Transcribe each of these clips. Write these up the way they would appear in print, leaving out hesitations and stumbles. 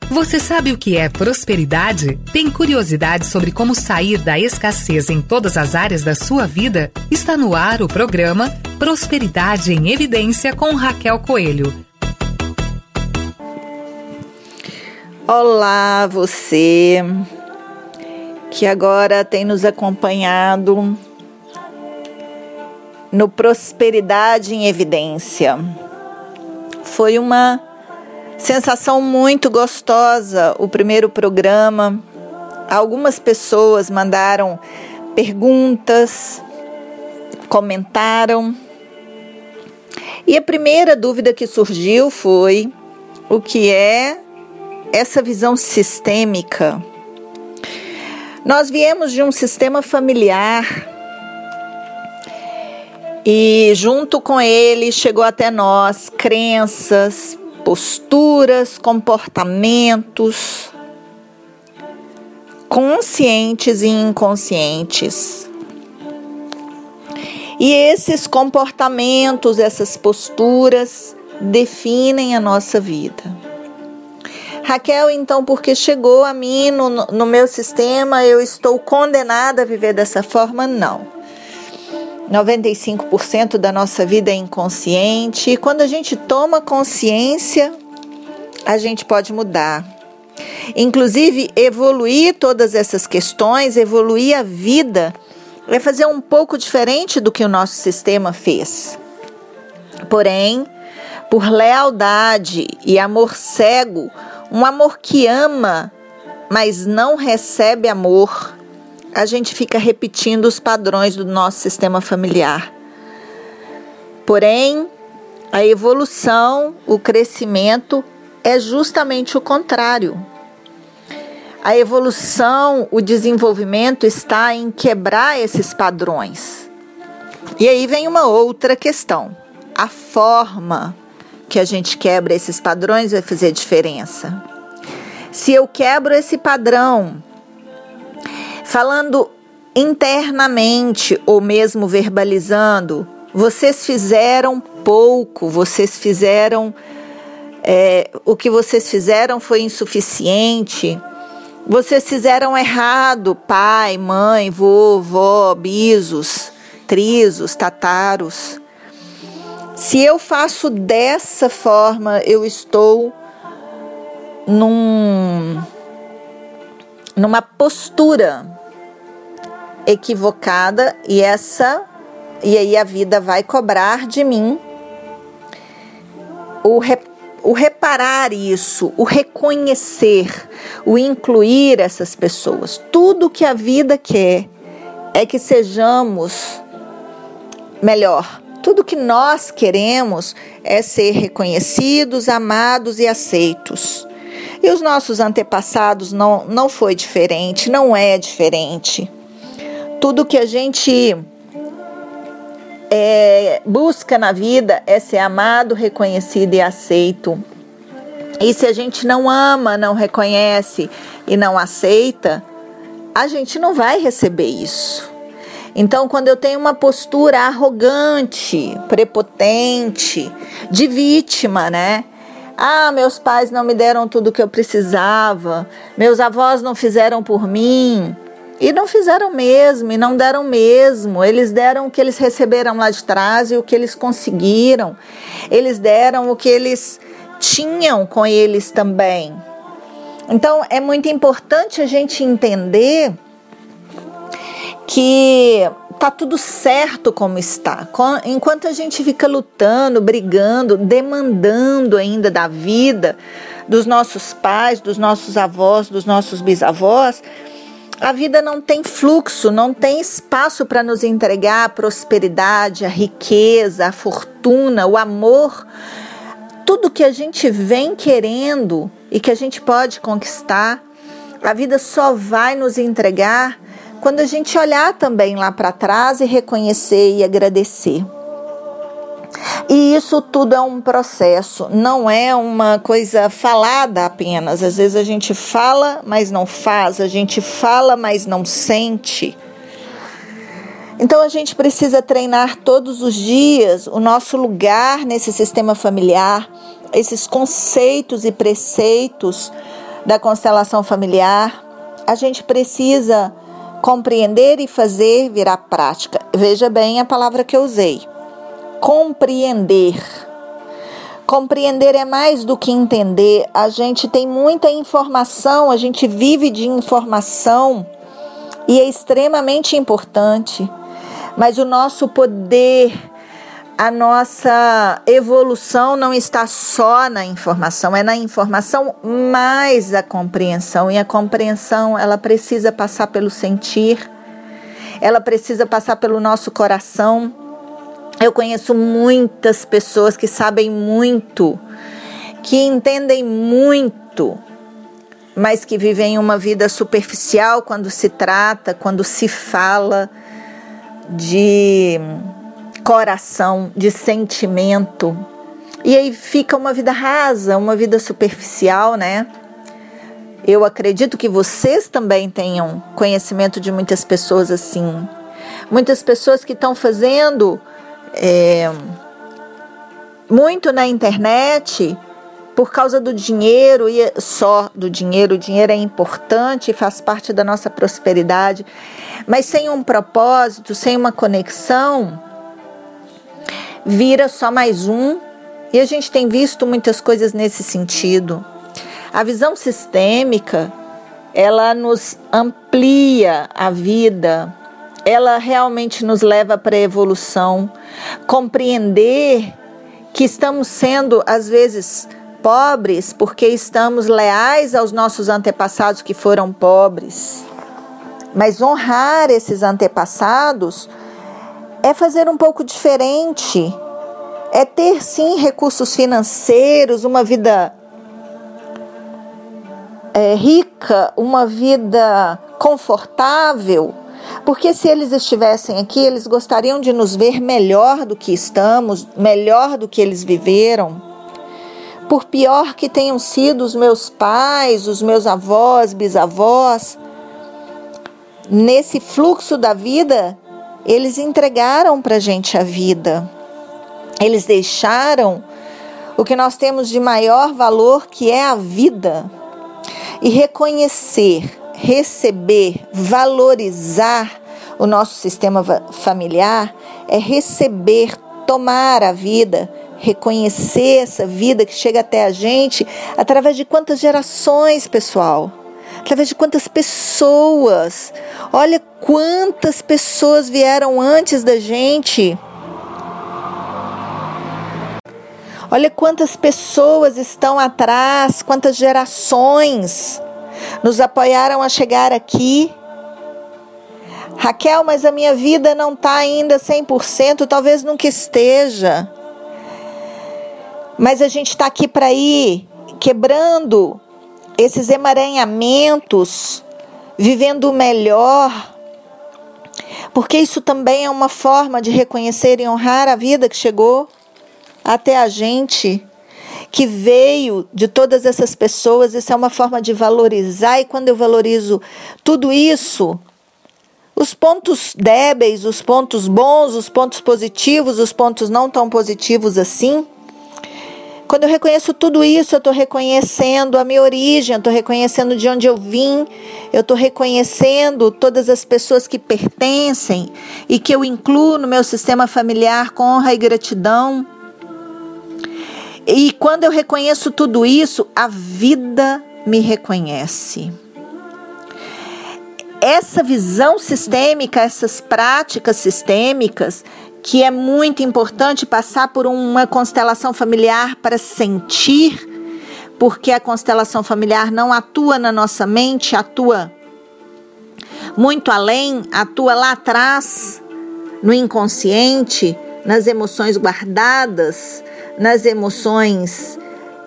Você sabe o que é prosperidade? Tem curiosidade sobre como sair da escassez em todas as áreas da sua vida? Está no ar o programa Prosperidade em Evidência com Raquel Coelho. Olá, você que agora tem nos acompanhado no Prosperidade em Evidência. Foi uma sensação muito gostosa o primeiro programa. Algumas pessoas mandaram perguntas, comentaram. E a primeira dúvida que surgiu foi: o que é essa visão sistêmica? Nós viemos de um sistema familiar e junto com ele chegou até nós crenças, posturas, comportamentos conscientes e inconscientes. E esses comportamentos, essas posturas definem a nossa vida. Raquel, então, porque chegou a mim no meu sistema, eu estou condenada a viver dessa forma? Não. 95% da nossa vida é inconsciente e quando a gente toma consciência, a gente pode mudar. Inclusive, evoluir todas essas questões, evoluir a vida, é fazer um pouco diferente do que o nosso sistema fez. Porém, por lealdade e amor cego, um amor que ama, mas não recebe amor, a gente fica repetindo os padrões do nosso sistema familiar. Porém, a evolução, o crescimento é justamente o contrário. A evolução, o desenvolvimento está em quebrar esses padrões. E aí vem uma outra questão. A forma que a gente quebra esses padrões vai fazer diferença. Se eu quebro esse padrão falando internamente ou mesmo verbalizando, vocês fizeram pouco, vocês fizeram, o que vocês fizeram foi insuficiente, vocês fizeram errado, pai, mãe, vô, vó, bisos, trisos, tataros. Se eu faço dessa forma, eu estou numa postura equivocada e aí a vida vai cobrar de mim o reparar isso, o reconhecer, o incluir essas pessoas. Tudo que a vida quer é que sejamos melhor. Tudo que nós queremos é ser reconhecidos, amados e aceitos. E os nossos antepassados não foi diferente, não é diferente. Tudo que a gente busca na vida é ser amado, reconhecido e aceito. E se a gente não ama, não reconhece e não aceita, a gente não vai receber isso. Então, quando eu tenho uma postura arrogante, prepotente, de vítima, né? Ah, meus pais não me deram tudo o que eu precisava, meus avós não fizeram por mim. E não fizeram mesmo, e não deram mesmo. Eles deram o que eles receberam lá de trás e o que eles conseguiram. Eles deram o que eles tinham com eles também. Então, é muito importante a gente entender que tá tudo certo como está. Enquanto a gente fica lutando, brigando, demandando ainda da vida dos nossos pais, dos nossos avós, dos nossos bisavós, a vida não tem fluxo, não tem espaço para nos entregar a prosperidade, a riqueza, a fortuna, o amor. Tudo que a gente vem querendo e que a gente pode conquistar, a vida só vai nos entregar quando a gente olhar também lá para trás e reconhecer e agradecer. E isso tudo é um processo, não é uma coisa falada apenas. Às vezes a gente fala, mas não faz, a gente fala, mas não sente. Então a gente precisa treinar todos os dias o nosso lugar nesse sistema familiar, esses conceitos e preceitos da constelação familiar, a gente precisa compreender e fazer virar prática. Veja bem a palavra que eu usei. Compreender. Compreender é mais do que entender. A gente tem muita informação, a gente vive de informação e é extremamente importante. Mas o nosso poder, a nossa evolução não está só na informação, é na informação mais a compreensão. E a compreensão, ela precisa passar pelo sentir, ela precisa passar pelo nosso coração. Eu conheço muitas pessoas que sabem muito, que entendem muito, mas que vivem uma vida superficial quando se trata, quando se fala de coração, de sentimento. E aí fica uma vida rasa, uma vida superficial, né? Eu acredito que vocês também tenham conhecimento de muitas pessoas assim. Muitas pessoas que estão fazendo muito na internet por causa do dinheiro e só do dinheiro. O dinheiro é importante e faz parte da nossa prosperidade, mas sem um propósito, sem uma conexão, vira só mais um. E a gente tem visto muitas coisas nesse sentido. A visão sistêmica, ela nos amplia a vida, ela realmente nos leva para a evolução. Compreender que estamos sendo, às vezes, pobres porque estamos leais aos nossos antepassados que foram pobres. Mas honrar esses antepassados é fazer um pouco diferente. É ter, sim, recursos financeiros, uma vida rica, uma vida confortável. Porque se eles estivessem aqui, eles gostariam de nos ver melhor do que estamos, melhor do que eles viveram. Por pior que tenham sido os meus pais, os meus avós, bisavós, nesse fluxo da vida, eles entregaram para a gente a vida. Eles deixaram o que nós temos de maior valor, que é a vida. E reconhecer, receber, valorizar o nosso sistema familiar é receber, tomar a vida, reconhecer essa vida que chega até a gente através de quantas gerações, pessoal? Através de quantas pessoas? Olha quantas pessoas vieram antes da gente. Olha quantas pessoas estão atrás, quantas gerações nos apoiaram a chegar aqui. Raquel, mas a minha vida não está ainda 100%, talvez nunca esteja. Mas a gente está aqui para ir quebrando esses emaranhamentos, vivendo o melhor. Porque isso também é uma forma de reconhecer e honrar a vida que chegou até a gente, que veio de todas essas pessoas. Isso é uma forma de valorizar, e quando eu valorizo tudo isso, os pontos débeis, os pontos bons, os pontos positivos, os pontos não tão positivos assim, quando eu reconheço tudo isso, eu estou reconhecendo a minha origem, eu estou reconhecendo de onde eu vim, eu estou reconhecendo todas as pessoas que pertencem e que eu incluo no meu sistema familiar com honra e gratidão. E quando eu reconheço tudo isso, a vida me reconhece. Essa visão sistêmica, essas práticas sistêmicas, que é muito importante passar por uma constelação familiar para sentir, porque a constelação familiar não atua na nossa mente, atua muito além, atua lá atrás, no inconsciente, nas emoções guardadas, nas emoções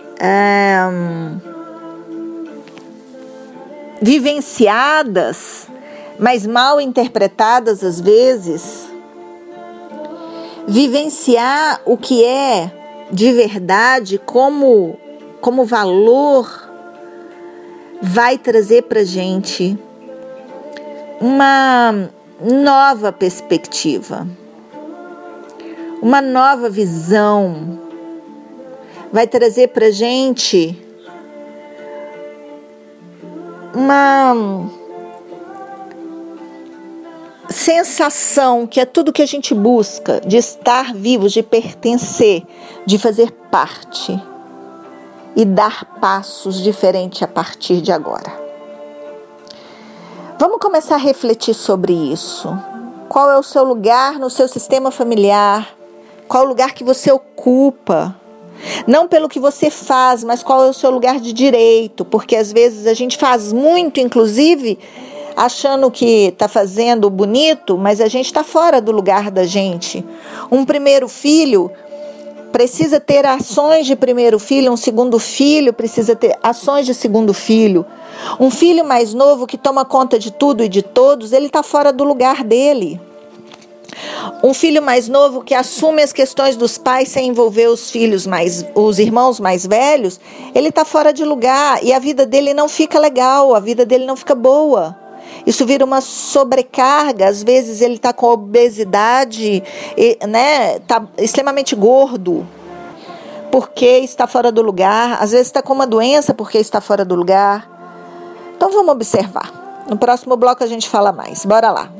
vivenciadas, mas mal interpretadas às vezes. Vivenciar o que é de verdade como valor vai trazer para a gente uma nova perspectiva, uma nova visão, vai trazer para a gente sensação que é tudo que a gente busca, de estar vivos, de pertencer, de fazer parte e dar passos diferentes a partir de agora. Vamos começar a refletir sobre isso. Qual é o seu lugar no seu sistema familiar? Qual é o lugar que você ocupa? Não pelo que você faz, mas qual é o seu lugar de direito? Porque às vezes a gente faz muito, inclusive, achando que está fazendo bonito, mas a gente está fora do lugar da gente. Um primeiro filho precisa ter ações de primeiro filho, um segundo filho precisa ter ações de segundo filho. Um filho mais novo que toma conta de tudo e de todos, ele está fora do lugar dele. Um filho mais novo que assume as questões dos pais sem envolver os irmãos mais velhos, ele está fora de lugar e a vida dele não fica legal, a vida dele não fica boa. Isso vira uma sobrecarga, às vezes ele está com obesidade, né? Está extremamente gordo porque está fora do lugar, às vezes está com uma doença porque está fora do lugar. Então vamos observar. No próximo bloco a gente fala mais. Bora lá.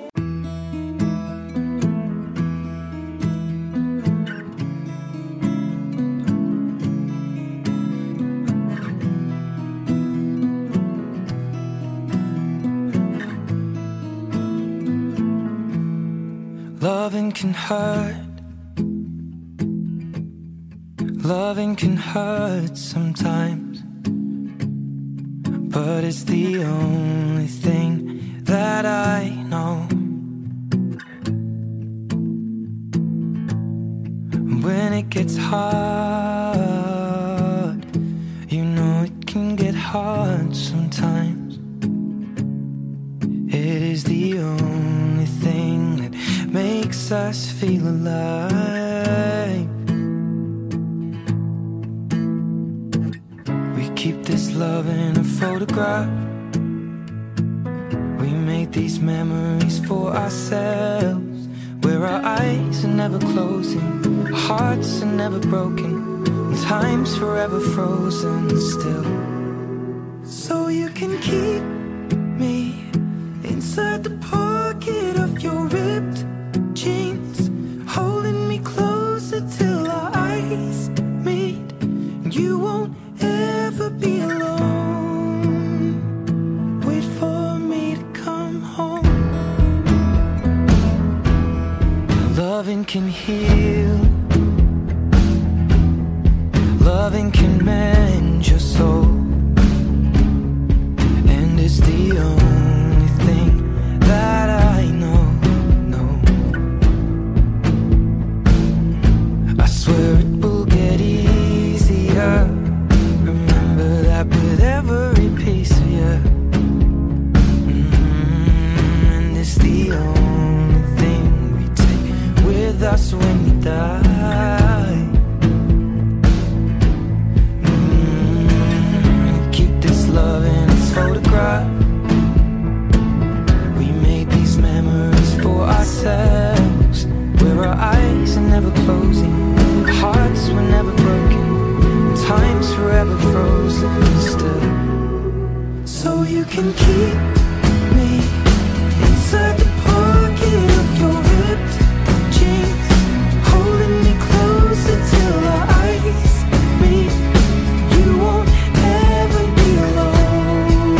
Loving can hurt. Loving can hurt sometimes. But it's the only thing that I know. When it gets hard, you know it can get hard sometimes. It is the only thing that makes us feel alive. We keep this love in a photograph. We make these memories for ourselves, where our eyes are never closing, our hearts are never broken, and time's forever frozen still. So you can keep me inside the pocket of your ripped jeans, holding me closer till our eyes meet. You won't ever be alone. Wait for me to come home. Loving can heal. Loving can mend your soul. And it's the only thing that I know. I swear it will get easier. Remember that with every piece of you. And it's the only thing we take with us when we die. We keep this love in its photograph. We made these memories for ourselves, where our eyes are never closing, hearts were never broken, time's forever frozen still. So you can keep me inside the pocket of your ripped jeans, holding me closer till our eyes meet. You won't ever be alone.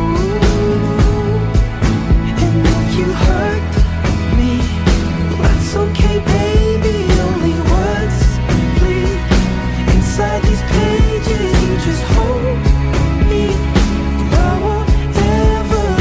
And if you hurt me, that's okay, baby. Only once, please. Inside these pages, you just hold me. I won't ever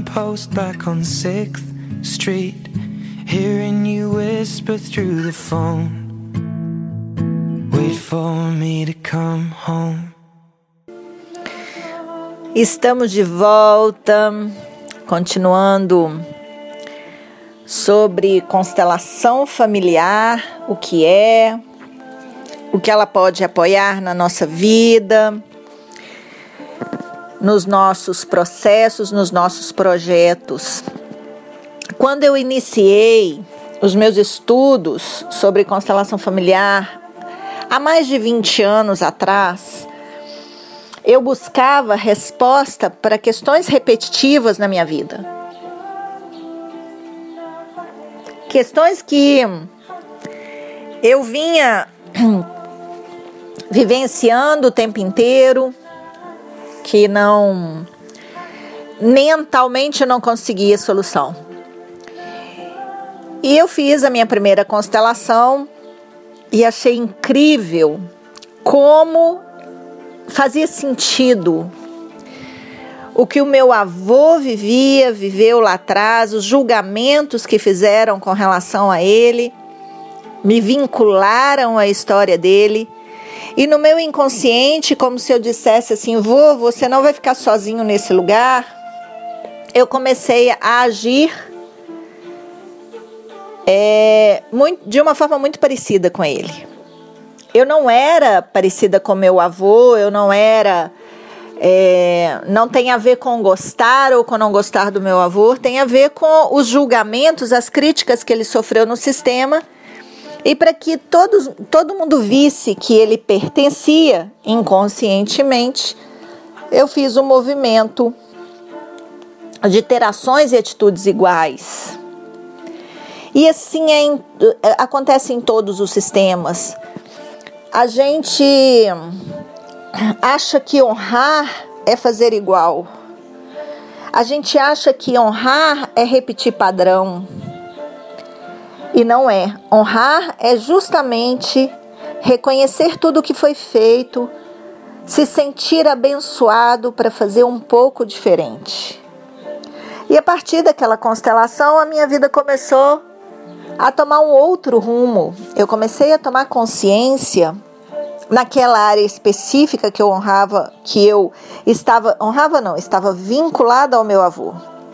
post back on 6th Street, hearing you whisper through the phone, wait for me to come home. Estamos de volta, continuando sobre constelação familiar, o que ela pode apoiar na nossa vida, nos nossos processos, nos nossos projetos. Quando eu iniciei os meus estudos sobre constelação familiar, há mais de 20 anos atrás, eu buscava resposta para questões repetitivas na minha vida. Questões que eu vinha vivenciando o tempo inteiro, que mentalmente eu não conseguia solução. E eu fiz a minha primeira constelação e achei incrível como fazia sentido o que o meu avô viveu lá atrás, os julgamentos que fizeram com relação a ele, me vincularam à história dele. E no meu inconsciente, como se eu dissesse assim, vô, você não vai ficar sozinho nesse lugar, eu comecei a agir de uma forma muito parecida com ele. Eu não era parecida com meu avô, eu não era... não tem a ver com gostar ou com não gostar do meu avô, tem a ver com os julgamentos, as críticas que ele sofreu no sistema. E para que todo mundo visse que ele pertencia inconscientemente, eu fiz um movimento de ter ações e atitudes iguais. E assim acontece em todos os sistemas. A gente acha que honrar é fazer igual. A gente acha que honrar é repetir padrão. E não é. Honrar é justamente reconhecer tudo o que foi feito, se sentir abençoado para fazer um pouco diferente. E a partir daquela constelação, a minha vida começou a tomar um outro rumo. Eu comecei a tomar consciência naquela área específica que eu honrava, estava vinculada ao meu avô.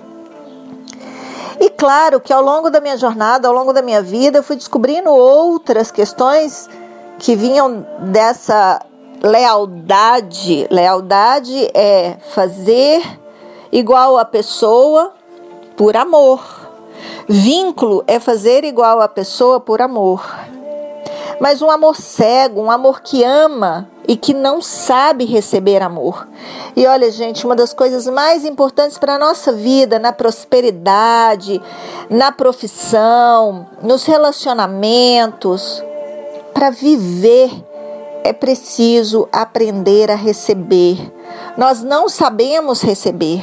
E claro que ao longo da minha jornada, ao longo da minha vida, eu fui descobrindo outras questões que vinham dessa lealdade. Lealdade é fazer igual a pessoa por amor. Vínculo é fazer igual a pessoa por amor. Mas um amor cego, um amor que ama e que não sabe receber amor. E olha, gente, uma das coisas mais importantes para a nossa vida, na prosperidade, na profissão, nos relacionamentos, para viver, é preciso aprender a receber. Nós não sabemos receber.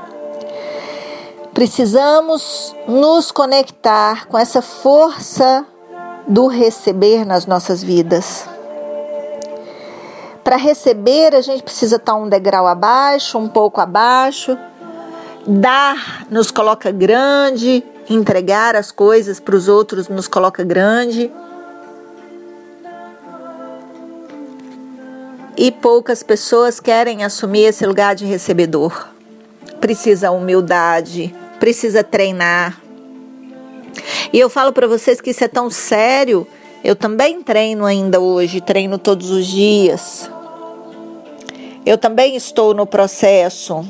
Precisamos nos conectar com essa força do receber nas nossas vidas. Para receber, a gente precisa estar um degrau abaixo, um pouco abaixo. Dar nos coloca grande, entregar as coisas para os outros nos coloca grande. E poucas pessoas querem assumir esse lugar de recebedor. Precisa humildade, precisa treinar. E eu falo para vocês que isso é tão sério. Eu também treino ainda hoje, treino todos os dias. Eu também estou no processo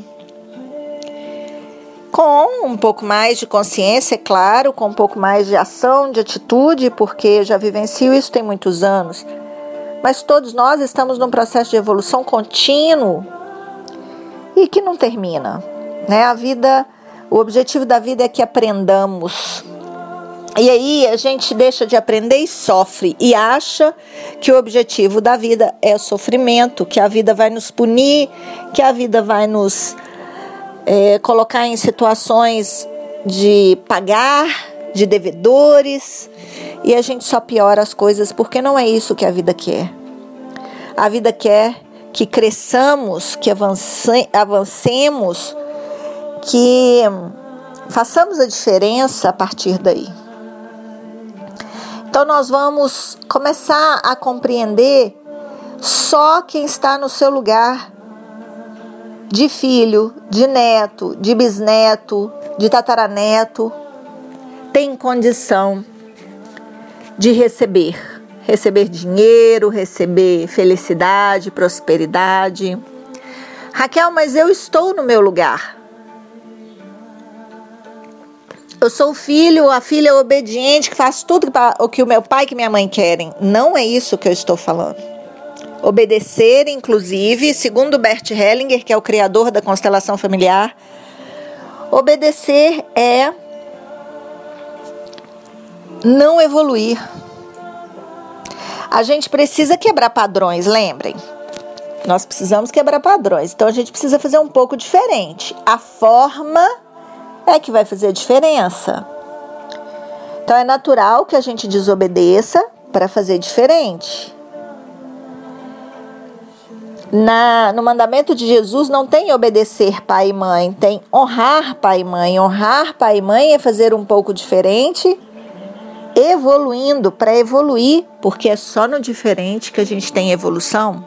com um pouco mais de consciência, é claro, com um pouco mais de ação, de atitude, porque eu já vivencio isso tem muitos anos. Mas todos nós estamos num processo de evolução contínuo e que não termina, né? O objetivo da vida é que aprendamos. E aí a gente deixa de aprender e sofre e acha que o objetivo da vida é o sofrimento, que a vida vai nos punir, que a vida vai nos colocar em situações de pagar, de devedores, e a gente só piora as coisas porque não é isso que a vida quer. A vida quer que cresçamos, que avancemos, que façamos a diferença a partir daí. Então nós vamos começar a compreender só quem está no seu lugar de filho, de neto, de bisneto, de tataraneto, tem condição de receber dinheiro, receber felicidade, prosperidade. Raquel, mas eu estou no meu lugar. Eu sou o filho, a filha obediente, que faz tudo o que o meu pai e minha mãe querem. Não é isso que eu estou falando. Obedecer, inclusive, segundo Bert Hellinger, que é o criador da constelação familiar, obedecer é não evoluir. A gente precisa quebrar padrões, lembrem. Nós precisamos quebrar padrões. Então a gente precisa fazer um pouco diferente. A forma é que vai fazer a diferença. Então é natural que a gente desobedeça para fazer diferente. No mandamento de Jesus não tem obedecer pai e mãe, tem honrar pai e mãe. Honrar pai e mãe é fazer um pouco diferente, evoluindo para evoluir, porque é só no diferente que a gente tem evolução.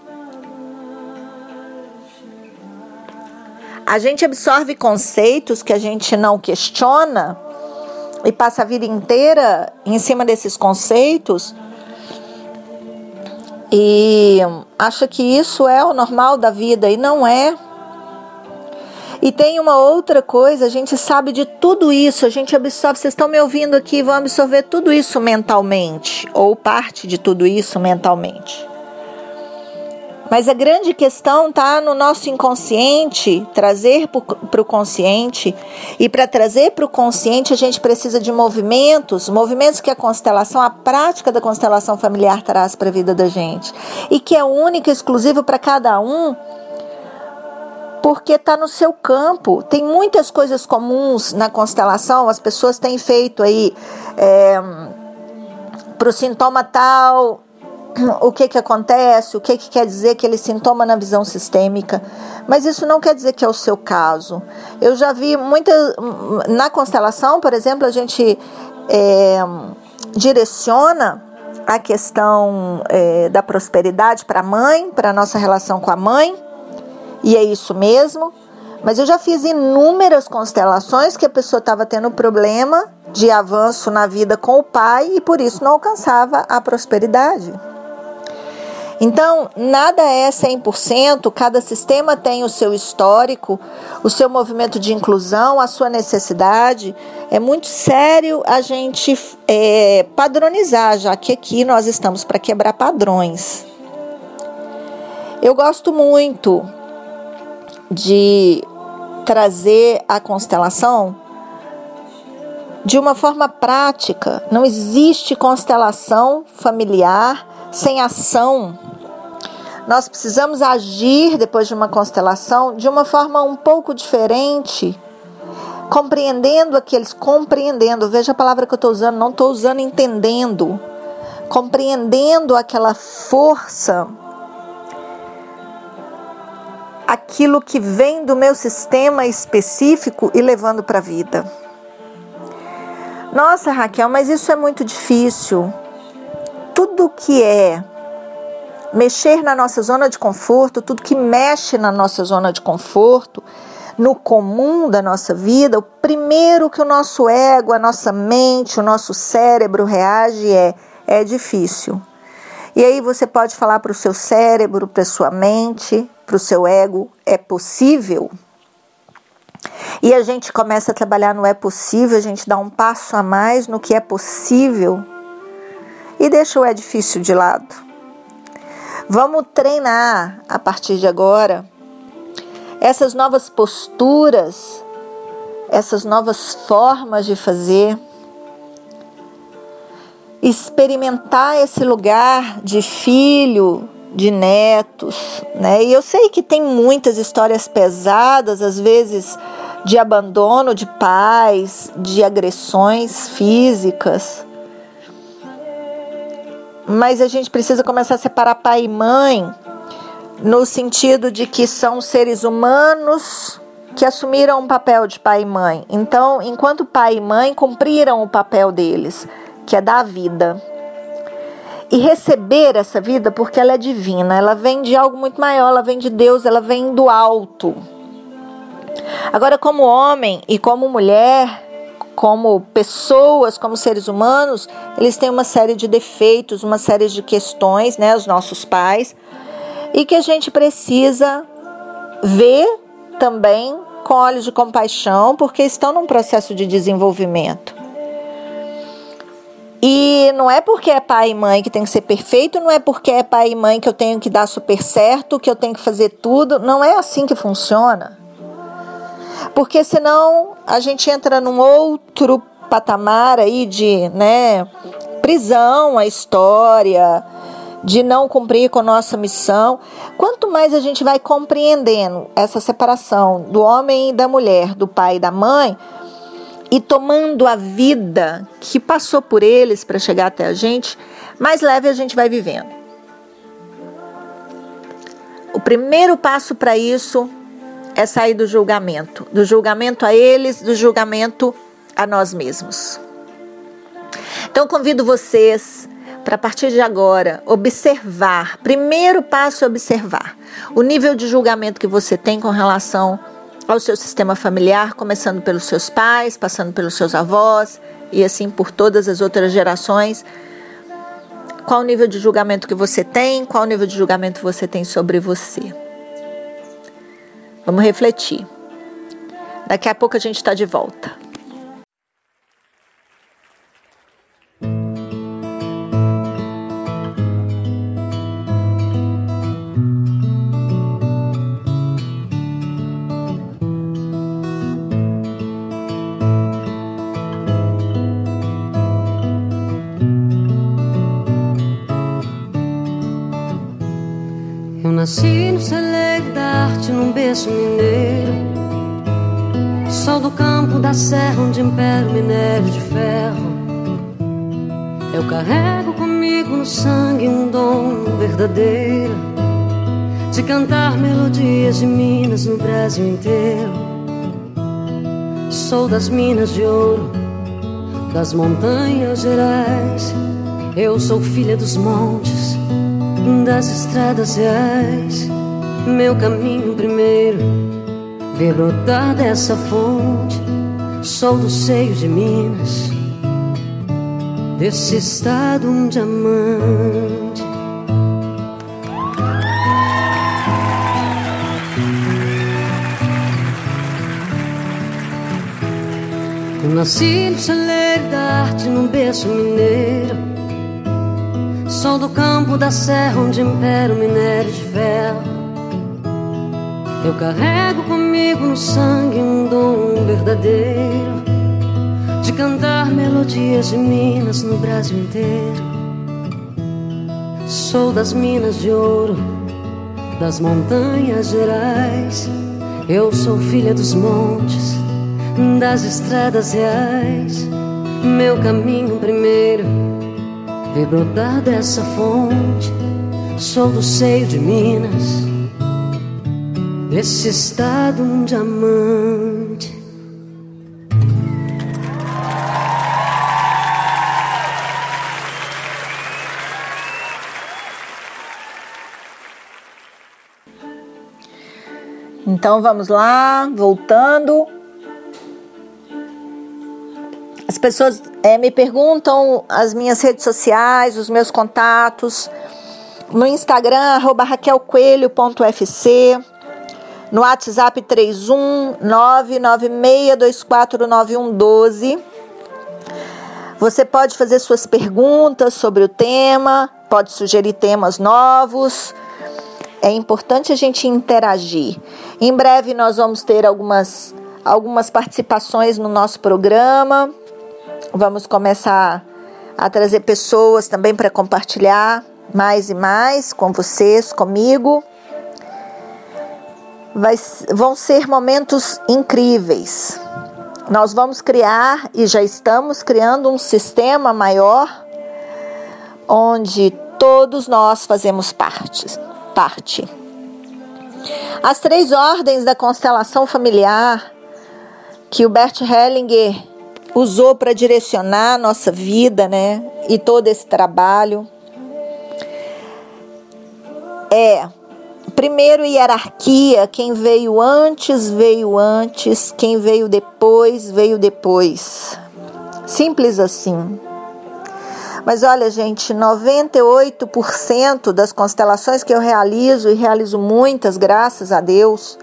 A gente absorve conceitos que a gente não questiona e passa a vida inteira em cima desses conceitos e acha que isso é o normal da vida, e não é. E tem uma outra coisa, a gente sabe de tudo isso, a gente absorve, vocês estão me ouvindo aqui, vão absorver tudo isso mentalmente, ou parte de tudo isso mentalmente. Mas a grande questão está no nosso inconsciente, trazer para o consciente. E para trazer para o consciente a gente precisa de movimentos que a constelação, a prática da constelação familiar traz para a vida da gente. E que é única e exclusiva para cada um, porque está no seu campo. Tem muitas coisas comuns na constelação, as pessoas têm feito aí para o sintoma tal, o que acontece, o que quer dizer aquele sintoma na visão sistêmica, mas isso não quer dizer que é o seu caso. Eu já vi na constelação, por exemplo, a gente direciona a questão da prosperidade para a mãe, para a nossa relação com a mãe, e é isso mesmo, mas eu já fiz inúmeras constelações que a pessoa estava tendo problema de avanço na vida com o pai e por isso não alcançava a prosperidade. Então, nada é 100%, cada sistema tem o seu histórico, o seu movimento de inclusão, a sua necessidade. É muito sério a gente padronizar, já que aqui nós estamos para quebrar padrões. Eu gosto muito de trazer a constelação de uma forma prática. Não existe constelação familiar sem ação. Nós precisamos agir depois de uma constelação de uma forma um pouco diferente, compreendendo, veja a palavra que eu estou usando, não estou usando entendendo, compreendendo aquela força, aquilo que vem do meu sistema específico e levando para a vida. Nossa, Raquel, mas isso é muito difícil. Tudo que é mexer na nossa zona de conforto, tudo que mexe na nossa zona de conforto, no comum da nossa vida, o primeiro que o nosso ego, a nossa mente, o nosso cérebro reage é difícil. E aí você pode falar para o seu cérebro, para a sua mente, para o seu ego, é possível? E a gente começa a trabalhar no é possível, a gente dá um passo a mais no que é possível e deixa o é difícil de lado. Vamos treinar a partir de agora essas novas posturas, essas novas formas de fazer, experimentar esse lugar de filho, de netos, né? E eu sei que tem muitas histórias pesadas, às vezes de abandono de pais, de agressões físicas. Mas a gente precisa começar a separar pai e mãe no sentido de que são seres humanos que assumiram o papel de pai e mãe. Então, enquanto pai e mãe cumpriram o papel deles, que é dar a vida. E receber essa vida porque ela é divina, ela vem de algo muito maior, ela vem de Deus, ela vem do alto. Agora, como homem e como mulher, como pessoas, como seres humanos, eles têm uma série de defeitos, uma série de questões, né, os nossos pais, e que a gente precisa ver também com olhos de compaixão, porque estão num processo de desenvolvimento. E não é porque é pai e mãe que tem que ser perfeito, não é porque é pai e mãe que eu tenho que dar super certo, que eu tenho que fazer tudo, não é assim que funciona. Porque senão a gente entra num outro patamar aí de, né, prisão à história, de não cumprir com a nossa missão. Quanto mais a gente vai compreendendo essa separação do homem e da mulher, do pai e da mãe, e tomando a vida que passou por eles para chegar até a gente, mais leve a gente vai vivendo. O primeiro passo para isso é sair do julgamento a eles, do julgamento a nós mesmos. Então convido vocês para, a partir de agora, observar. Primeiro passo é observar o nível de julgamento que você tem com relação ao seu sistema familiar, começando pelos seus pais, passando pelos seus avós e assim por todas as outras gerações. Qual o nível de julgamento que você tem? Qual o nível de julgamento você tem sobre você? Vamos refletir. Daqui a pouco a gente está de volta. Eu nasci no celeiro da arte, num berço mineiro, sol do campo da serra, onde impera o minério de ferro. Eu carrego comigo no sangue um dom verdadeiro, de cantar melodias de Minas no Brasil inteiro. Sou das minas de ouro, das montanhas gerais. Eu sou filha dos montes, das estradas reais. Meu caminho primeiro ver brotar dessa fonte. Sou do seio de Minas, desse estado um diamante. Eu nasci no celeiro da arte, num berço mineiro, sou do campo da serra, onde impera o minério de ferro. Eu carrego comigo no sangue um dom verdadeiro, de cantar melodias de Minas no Brasil inteiro. Sou das minas de ouro, das montanhas gerais. Eu sou filha dos montes, das estradas reais. Meu caminho primeiro ver brotar dessa fonte. Sou do seio de Minas, desse estado um diamante. Então vamos lá, voltando. As pessoas me perguntam as minhas redes sociais, os meus contatos. No Instagram, @raquelcoelho.fc. No WhatsApp 31996249112. Você pode fazer suas perguntas sobre o tema, pode sugerir temas novos. É importante a gente interagir. Em breve nós vamos ter algumas participações no nosso programa. Vamos começar a trazer pessoas também para compartilhar mais e mais com vocês, comigo. Vão ser momentos incríveis. Nós vamos criar e já estamos criando um sistema maior onde todos nós fazemos parte. As 3 ordens da constelação familiar que o Bert Hellinger usou para direcionar a nossa vida, né? E todo esse trabalho. Primeiro, hierarquia. Quem veio antes, veio antes. Quem veio depois, veio depois. Simples assim. Mas olha, gente, 98% das constelações que eu realizo, e realizo muitas, graças a Deus,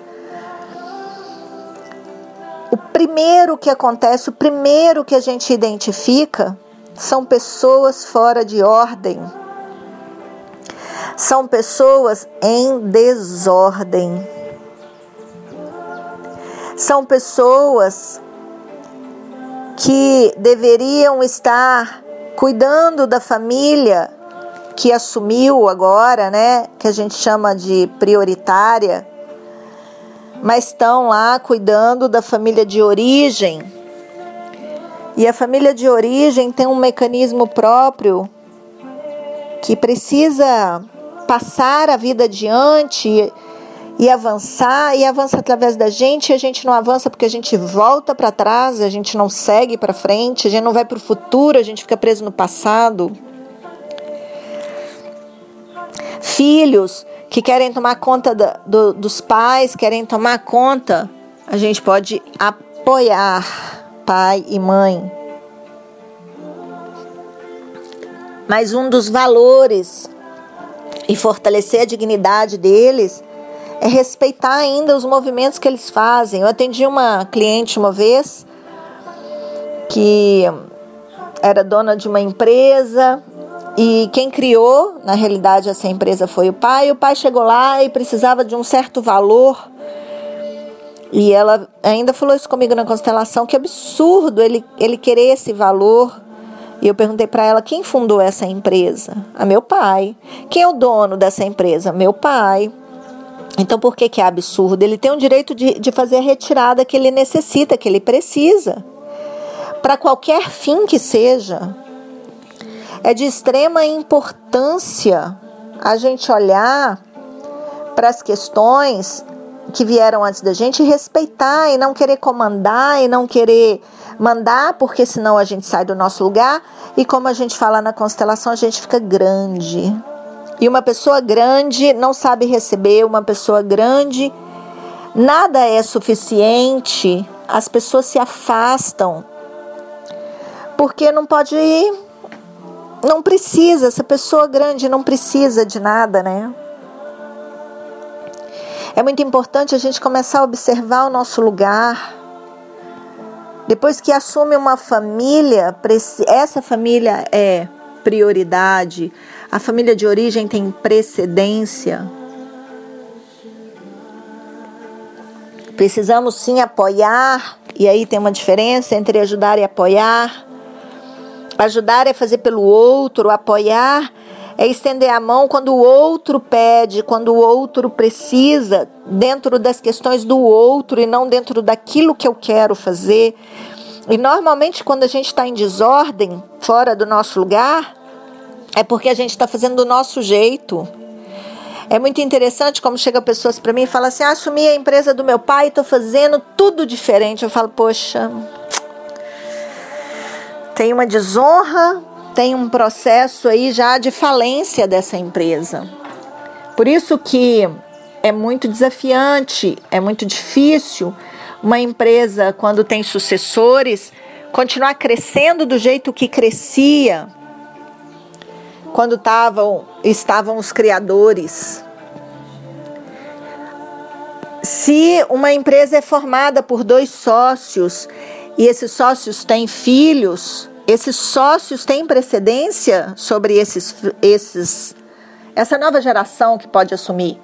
o primeiro que acontece, o primeiro que a gente identifica, são pessoas fora de ordem. São pessoas em desordem. São pessoas que deveriam estar cuidando da família que assumiu agora, né? Que a gente chama de prioritária. Mas estão lá cuidando da família de origem. E a família de origem tem um mecanismo próprio que precisa passar a vida adiante e avançar, e avança através da gente, e a gente não avança porque a gente volta para trás, a gente não segue para frente, a gente não vai para o futuro, a gente fica preso no passado. Filhos que querem tomar conta dos pais, querem tomar conta, a gente pode apoiar pai e mãe. Mas um dos valores e fortalecer a dignidade deles é respeitar ainda os movimentos que eles fazem. Eu atendi uma cliente uma vez que era dona de uma empresa e quem criou, na realidade, essa empresa foi o pai. O pai chegou lá e precisava de um certo valor e ela ainda falou isso comigo na constelação, que absurdo ele querer esse valor. E eu perguntei para ela, quem fundou essa empresa? Meu pai. Quem é o dono dessa empresa? Meu pai. Então, por que é absurdo? Ele tem o direito de fazer a retirada que ele necessita, que ele precisa, para qualquer fim que seja. É de extrema importância a gente olhar para as questões que vieram antes da gente e respeitar, e não querer comandar, e não querer mandar, porque senão a gente sai do nosso lugar, e como a gente fala na constelação, a gente fica grande. E uma pessoa grande não sabe receber, uma pessoa grande, nada é suficiente, as pessoas se afastam, porque não pode ir, não precisa, essa pessoa grande não precisa de nada, né? É muito importante a gente começar a observar o nosso lugar. Depois que assume uma família, essa família é prioridade, a família de origem tem precedência. Precisamos sim apoiar, e aí tem uma diferença entre ajudar e apoiar. Ajudar é fazer pelo outro, apoiar é estender a mão quando o outro pede, quando o outro precisa, dentro das questões do outro e não dentro daquilo que eu quero fazer. E normalmente quando a gente está em desordem, fora do nosso lugar, é porque a gente está fazendo do nosso jeito. É muito interessante como chegam pessoas para mim e falam assim, assumi a empresa do meu pai e estou fazendo tudo diferente. Eu falo, poxa, tem uma desonra, tem um processo aí já de falência dessa empresa. Por isso que é muito desafiante, é muito difícil uma empresa, quando tem sucessores, continuar crescendo do jeito que crescia quando estavam os criadores. Se uma empresa é formada por 2 sócios e esses sócios têm filhos, esses sócios têm precedência sobre essa nova geração que pode assumir.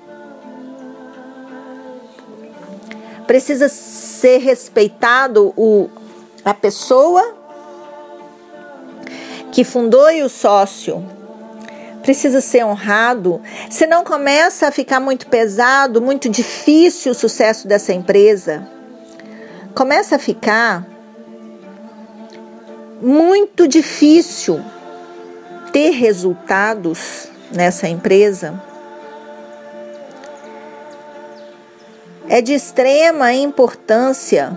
Precisa ser respeitado a pessoa que fundou e o sócio. Precisa ser honrado, senão começa a ficar muito pesado, muito difícil o sucesso dessa empresa. Começa a ficar muito difícil ter resultados nessa empresa. É de extrema importância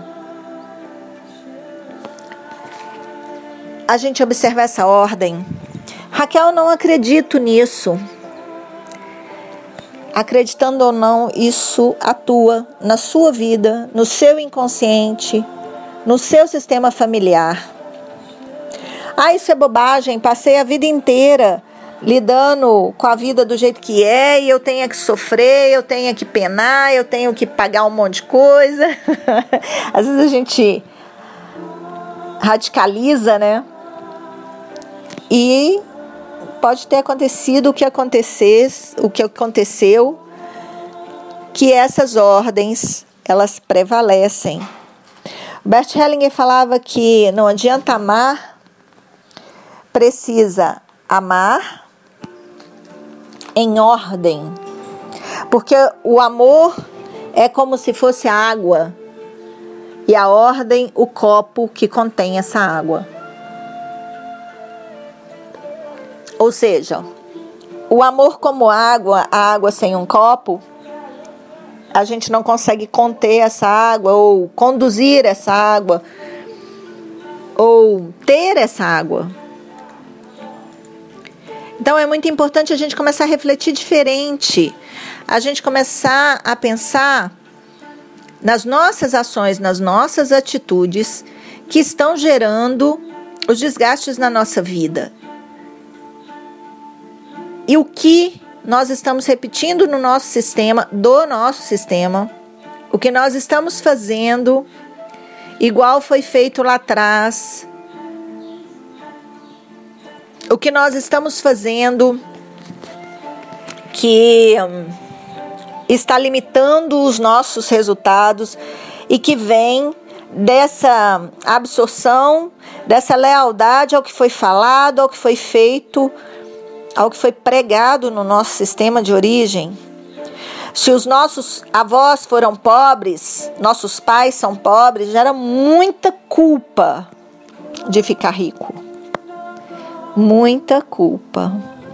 a gente observar essa ordem. Raquel, não acredito nisso. Acreditando ou não, isso atua na sua vida, no seu inconsciente, no seu sistema familiar. Isso é bobagem, passei a vida inteira lidando com a vida do jeito que é, e eu tenho que sofrer, eu tenho que penar, eu tenho que pagar um monte de coisa. Às vezes a gente radicaliza, né? E pode ter acontecido o que aconteceu, que essas ordens, elas prevalecem. Bert Hellinger falava que não adianta amar, precisa amar em ordem, porque o amor é como se fosse a água e a ordem o copo que contém essa água. Ou seja, o amor como água, a água sem um copo, a gente não consegue conter essa água ou conduzir essa água ou ter essa água. Então é muito importante a gente começar a refletir diferente, a gente começar a pensar nas nossas ações, nas nossas atitudes que estão gerando os desgastes na nossa vida. E o que nós estamos repetindo no nosso sistema, o que nós estamos fazendo, igual foi feito lá atrás, o que nós estamos fazendo que está limitando os nossos resultados e que vem dessa absorção, dessa lealdade ao que foi falado, ao que foi feito, ao que foi pregado no nosso sistema de origem. Se os nossos avós foram pobres, nossos pais são pobres, gera muita culpa de ficar rico. Muita culpa.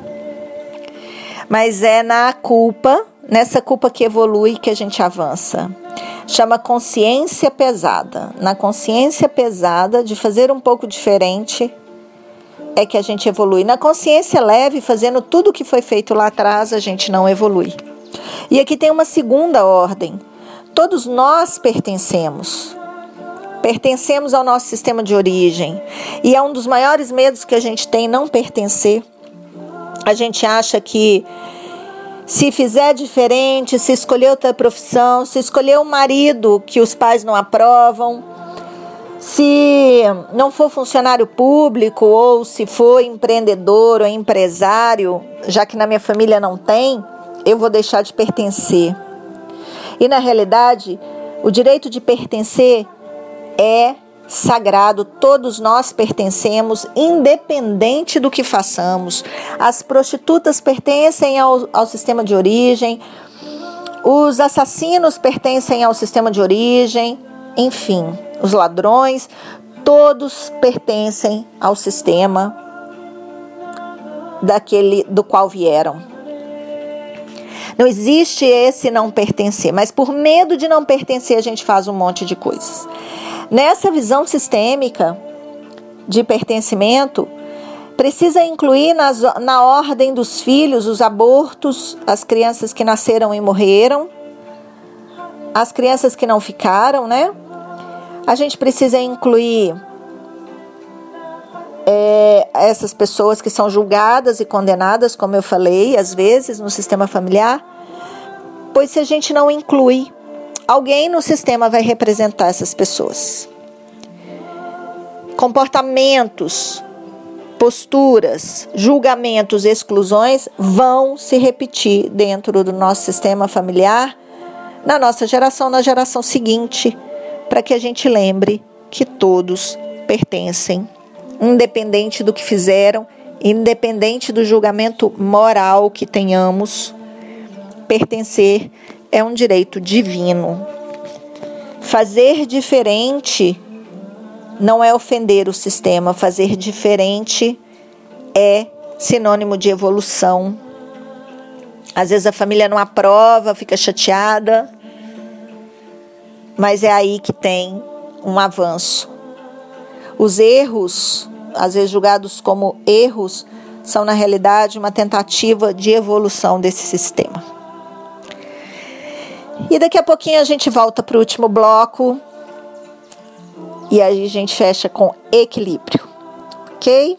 Mas é nessa culpa que evolui, que a gente avança. Chama consciência pesada. Na consciência pesada de fazer um pouco diferente é que a gente evolui. Na consciência leve, fazendo tudo o que foi feito lá atrás, a gente não evolui. E aqui tem uma segunda ordem. Todos nós pertencemos ao nosso sistema de origem. E é um dos maiores medos que a gente tem, não pertencer. A gente acha que se fizer diferente, se escolher outra profissão, se escolher um marido que os pais não aprovam, se não for funcionário público ou se for empreendedor ou empresário, já que na minha família não tem, eu vou deixar de pertencer. E na realidade, o direito de pertencer é sagrado, todos nós pertencemos, independente do que façamos. As prostitutas pertencem ao sistema de origem, os assassinos pertencem ao sistema de origem, enfim, os ladrões, todos pertencem ao sistema do qual vieram. Não existe esse não pertencer, mas por medo de não pertencer a gente faz um monte de coisas. Nessa visão sistêmica de pertencimento, precisa incluir na ordem dos filhos os abortos, as crianças que nasceram e morreram, as crianças que não ficaram, né? A gente precisa incluir essas pessoas que são julgadas e condenadas, como eu falei, às vezes no sistema familiar, pois se a gente não inclui, alguém no sistema vai representar essas pessoas. Comportamentos, posturas, julgamentos, exclusões vão se repetir dentro do nosso sistema familiar, na nossa geração, na geração seguinte, para que a gente lembre que todos pertencem, independente do que fizeram, independente do julgamento moral que tenhamos. Pertencer é um direito divino. Fazer diferente não é ofender o sistema. Fazer diferente é sinônimo de evolução. Às vezes a família não aprova, fica chateada. mas é aí que tem um avanço. Os erros, às vezes julgados como erros, são na realidade uma tentativa de evolução desse sistema. E daqui a pouquinho a gente volta para o último bloco e aí a gente fecha com equilíbrio, ok?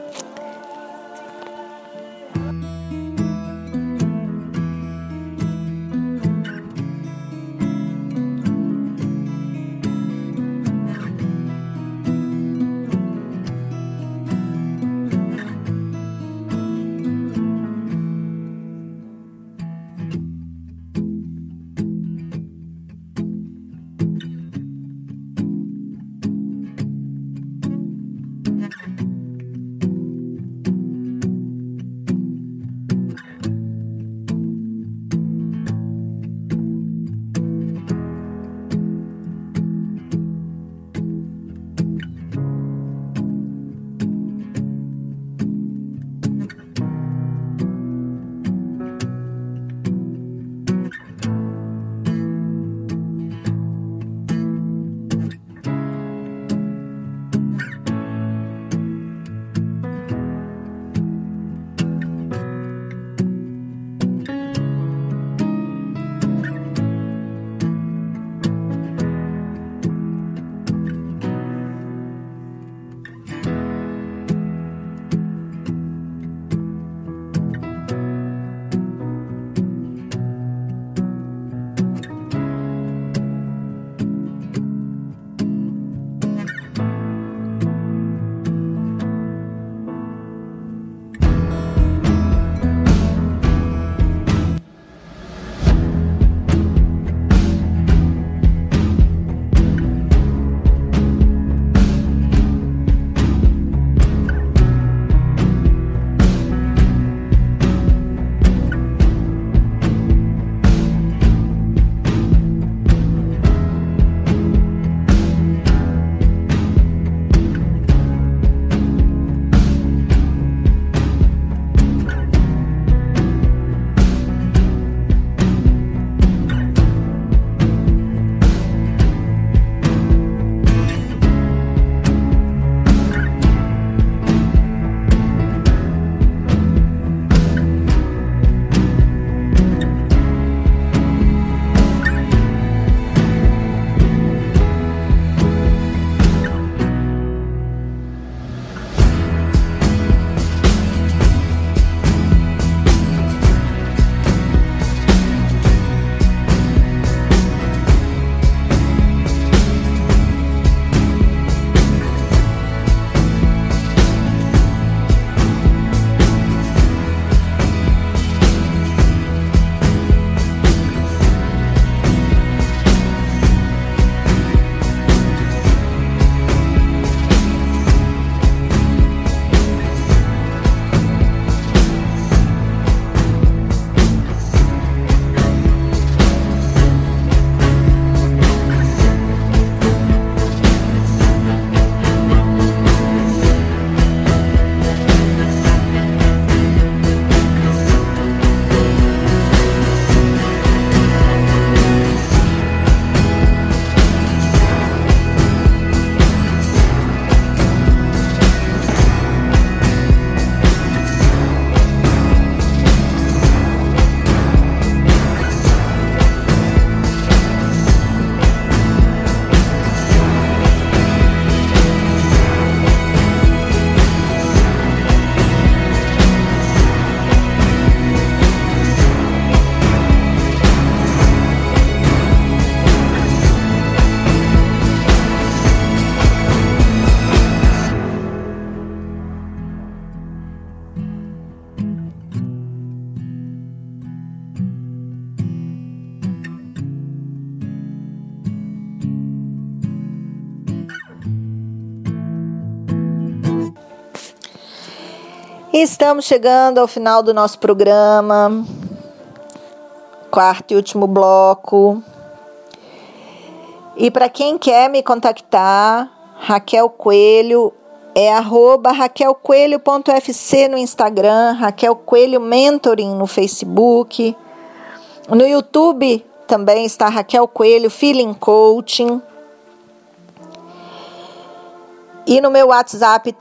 E estamos chegando ao final do nosso programa, quarto e último bloco. E para quem quer me contactar, Raquel Coelho é @raquelcoelho.fc no Instagram, Raquel Coelho Mentoring no Facebook. No YouTube também está a Raquel Coelho, Feeling Coaching. E no meu WhatsApp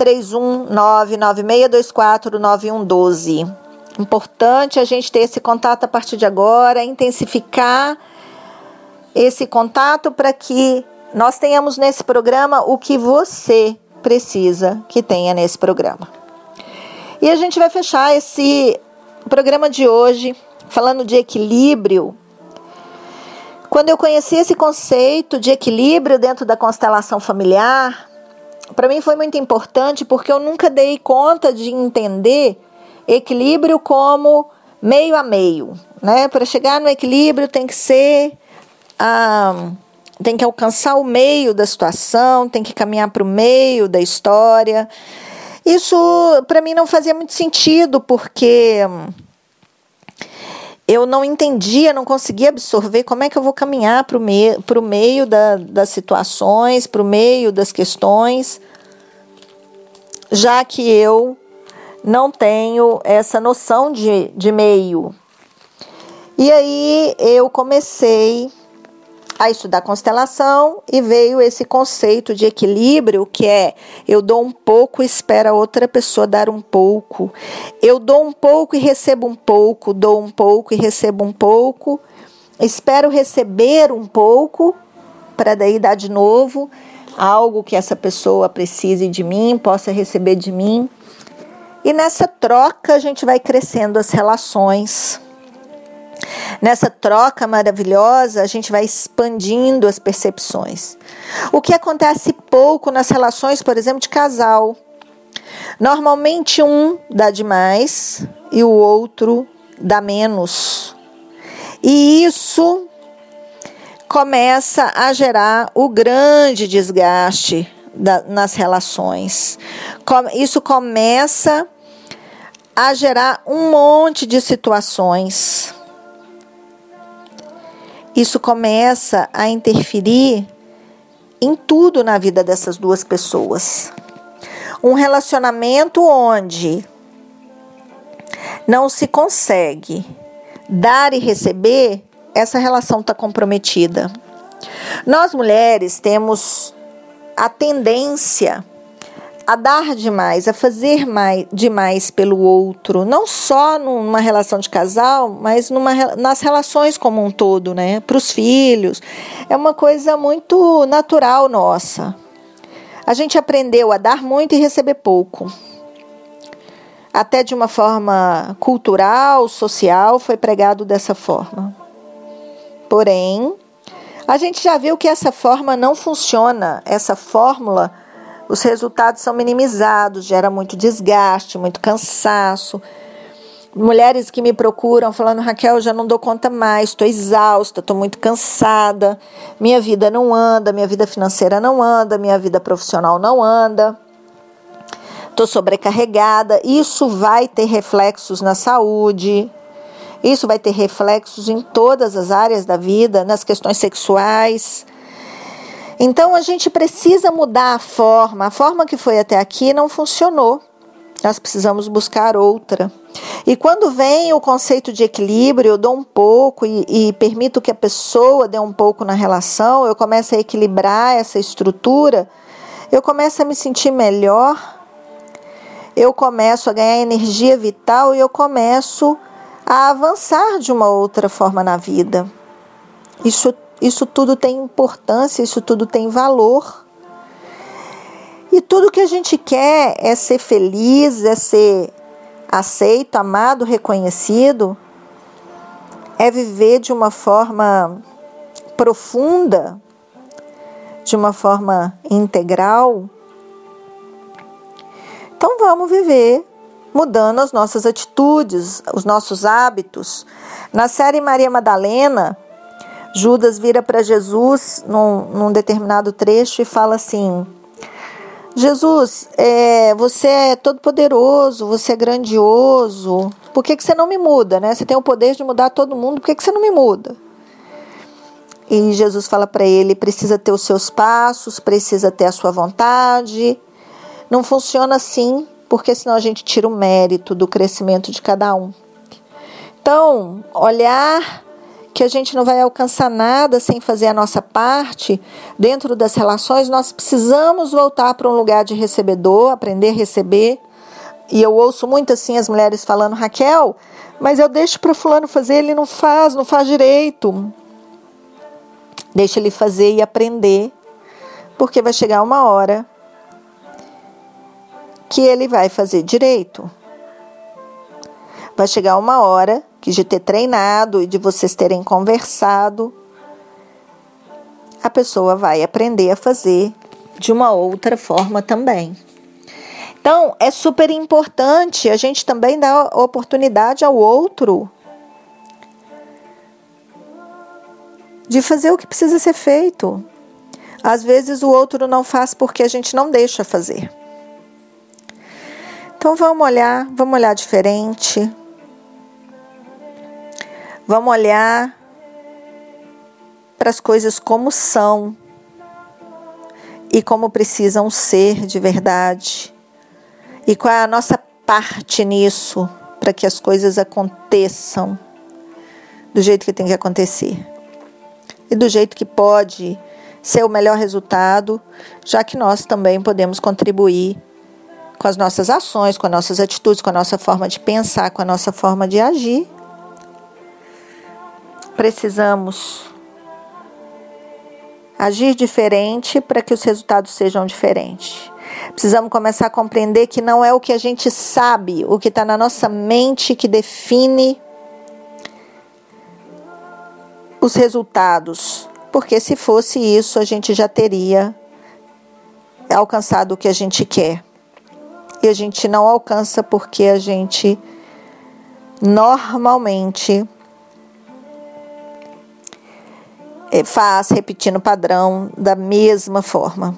31996249112. Importante a gente ter esse contato a partir de agora, intensificar esse contato para que nós tenhamos nesse programa o que você precisa que tenha nesse programa. E a gente vai fechar esse programa de hoje falando de equilíbrio. Quando eu conheci esse conceito de equilíbrio dentro da constelação familiar, para mim foi muito importante porque eu nunca dei conta de entender equilíbrio como meio a meio, né? Para chegar no equilíbrio tem que ser, tem que alcançar o meio da situação, tem que caminhar para o meio da história. Isso para mim não fazia muito sentido porque eu não entendia, não conseguia absorver como é que eu vou caminhar para o meio das situações, para o meio das questões, já que eu não tenho essa noção de meio. E aí eu comecei a estudar constelação e veio esse conceito de equilíbrio, que é eu dou um pouco e espero a outra pessoa dar um pouco. Eu dou um pouco e recebo um pouco, dou um pouco e recebo um pouco. Espero receber um pouco para daí dar de novo algo que essa pessoa precise de mim, possa receber de mim. E nessa troca a gente vai crescendo as relações. Nessa troca maravilhosa, a gente vai expandindo as percepções. O que acontece pouco nas relações, por exemplo, de casal. Normalmente um dá demais e o outro dá menos. E isso começa a gerar o grande desgaste nas relações. Isso começa a gerar um monte de situações. Isso começa a interferir em tudo na vida dessas duas pessoas. Um relacionamento onde não se consegue dar e receber, essa relação está comprometida. Nós mulheres temos a tendência a dar demais, a fazer demais pelo outro, não só numa relação de casal, mas nas relações como um todo, né? Para os filhos. É uma coisa muito natural nossa. A gente aprendeu a dar muito e receber pouco. Até de uma forma cultural, social, foi pregado dessa forma. Porém, a gente já viu que essa forma não funciona. Essa fórmula, os resultados são minimizados, gera muito desgaste, muito cansaço. Mulheres que me procuram falando, Raquel, eu já não dou conta mais, estou exausta, estou muito cansada, minha vida não anda, minha vida financeira não anda, minha vida profissional não anda, estou sobrecarregada. Isso vai ter reflexos na saúde, isso vai ter reflexos em todas as áreas da vida, nas questões sexuais. Então, a gente precisa mudar a forma que foi até aqui não funcionou. Nós precisamos buscar outra. E quando vem o conceito de equilíbrio, eu dou um pouco e permito que a pessoa dê um pouco na relação, eu começo a equilibrar essa estrutura, eu começo a me sentir melhor, eu começo a ganhar energia vital e eu começo a avançar de uma outra forma na vida. Isso tudo tem importância, isso tudo tem valor. E tudo que a gente quer é ser feliz, é ser aceito, amado, reconhecido, é viver de uma forma profunda, de uma forma integral. Então vamos viver mudando as nossas atitudes, os nossos hábitos. Na série Maria Madalena, Judas vira para Jesus num determinado trecho e fala assim: Jesus, você é todo poderoso, você é grandioso, por que você não me muda, né? Você tem o poder de mudar todo mundo, por que você não me muda? E Jesus fala para ele, precisa ter os seus passos, precisa ter a sua vontade. Não funciona assim, porque senão a gente tira o mérito do crescimento de cada um. Então, olhar que a gente não vai alcançar nada sem fazer a nossa parte dentro das relações. Nós precisamos voltar para um lugar de recebedor, aprender a receber. E eu ouço muito assim as mulheres falando: Raquel, mas eu deixo para fulano fazer, ele não faz direito. Deixa ele fazer e aprender, porque vai chegar uma hora que ele vai fazer direito. Vai chegar uma hora que, de ter treinado e de vocês terem conversado, a pessoa vai aprender a fazer de uma outra forma também. Então, é super importante a gente também dar oportunidade ao outro de fazer o que precisa ser feito. Às vezes o outro não faz porque a gente não deixa fazer. Então vamos olhar diferente. Vamos olhar para as coisas como são e como precisam ser de verdade. E qual é a nossa parte nisso para que as coisas aconteçam do jeito que tem que acontecer. E do jeito que pode ser o melhor resultado, já que nós também podemos contribuir com as nossas ações, com as nossas atitudes, com a nossa forma de pensar, com a nossa forma de agir. Precisamos agir diferente para que os resultados sejam diferentes. Precisamos começar a compreender que não é o que a gente sabe, o que está na nossa mente que define os resultados. Porque se fosse isso, a gente já teria alcançado o que a gente quer. E a gente não alcança porque a gente normalmente faz repetindo o padrão da mesma forma.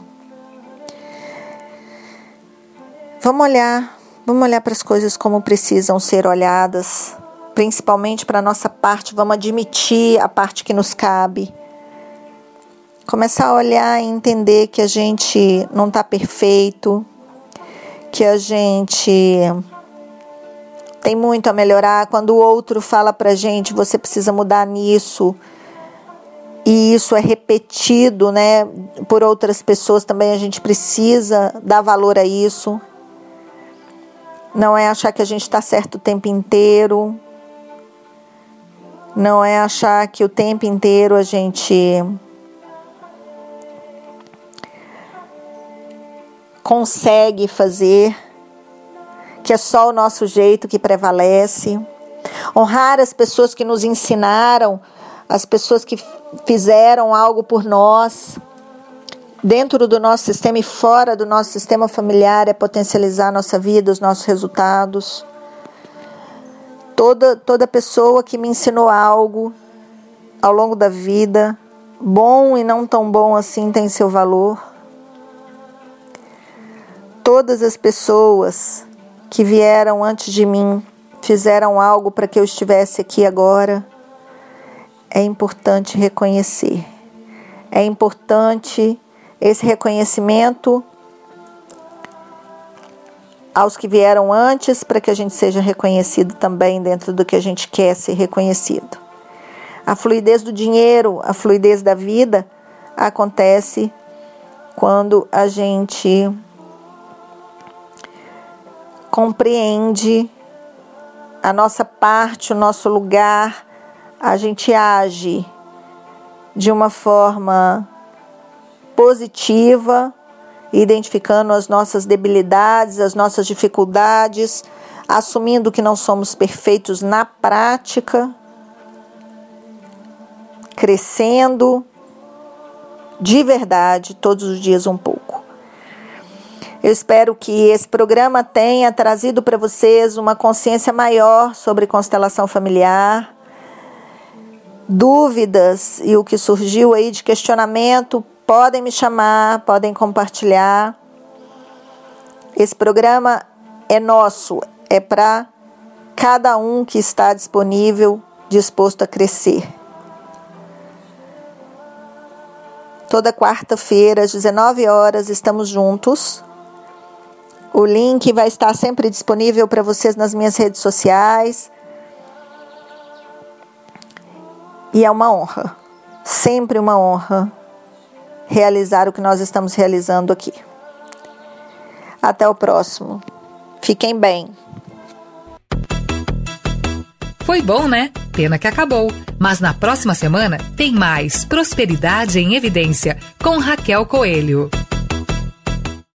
Vamos olhar para as coisas como precisam ser olhadas, principalmente para a nossa parte. Vamos admitir a parte que nos cabe. Começar a olhar e entender que a gente não está perfeito, que a gente tem muito a melhorar. Quando o outro fala para a gente: você precisa mudar nisso, e isso é repetido, né, por outras pessoas também, a gente precisa dar valor a isso. Não é achar que a gente está certo o tempo inteiro. Não é achar que o tempo inteiro a gente consegue fazer, que é só o nosso jeito que prevalece. Honrar as pessoas que nos ensinaram, as pessoas que fizeram algo por nós, dentro do nosso sistema e fora do nosso sistema familiar, é potencializar a nossa vida, os nossos resultados. Toda pessoa que me ensinou algo ao longo da vida, bom e não tão bom assim, tem seu valor. Todas as pessoas que vieram antes de mim fizeram algo para que eu estivesse aqui agora. É importante reconhecer. É importante esse reconhecimento aos que vieram antes, para que a gente seja reconhecido também dentro do que a gente quer ser reconhecido. A fluidez do dinheiro, a fluidez da vida acontece quando a gente compreende a nossa parte, o nosso lugar, a gente age de uma forma positiva, identificando as nossas debilidades, as nossas dificuldades, assumindo que não somos perfeitos na prática, crescendo de verdade todos os dias um pouco. Eu espero que esse programa tenha trazido para vocês uma consciência maior sobre constelação familiar, dúvidas e o que surgiu aí de questionamento. Podem me chamar, podem compartilhar. Esse programa é nosso, é para cada um que está disponível, disposto a crescer. Toda quarta-feira, às 19 horas, estamos juntos. O link vai estar sempre disponível para vocês nas minhas redes sociais. E é uma honra, sempre uma honra, realizar o que nós estamos realizando aqui. Até o próximo. Fiquem bem. Foi bom, né? Pena que acabou. Mas na próxima semana tem mais Prosperidade em Evidência com Raquel Coelho.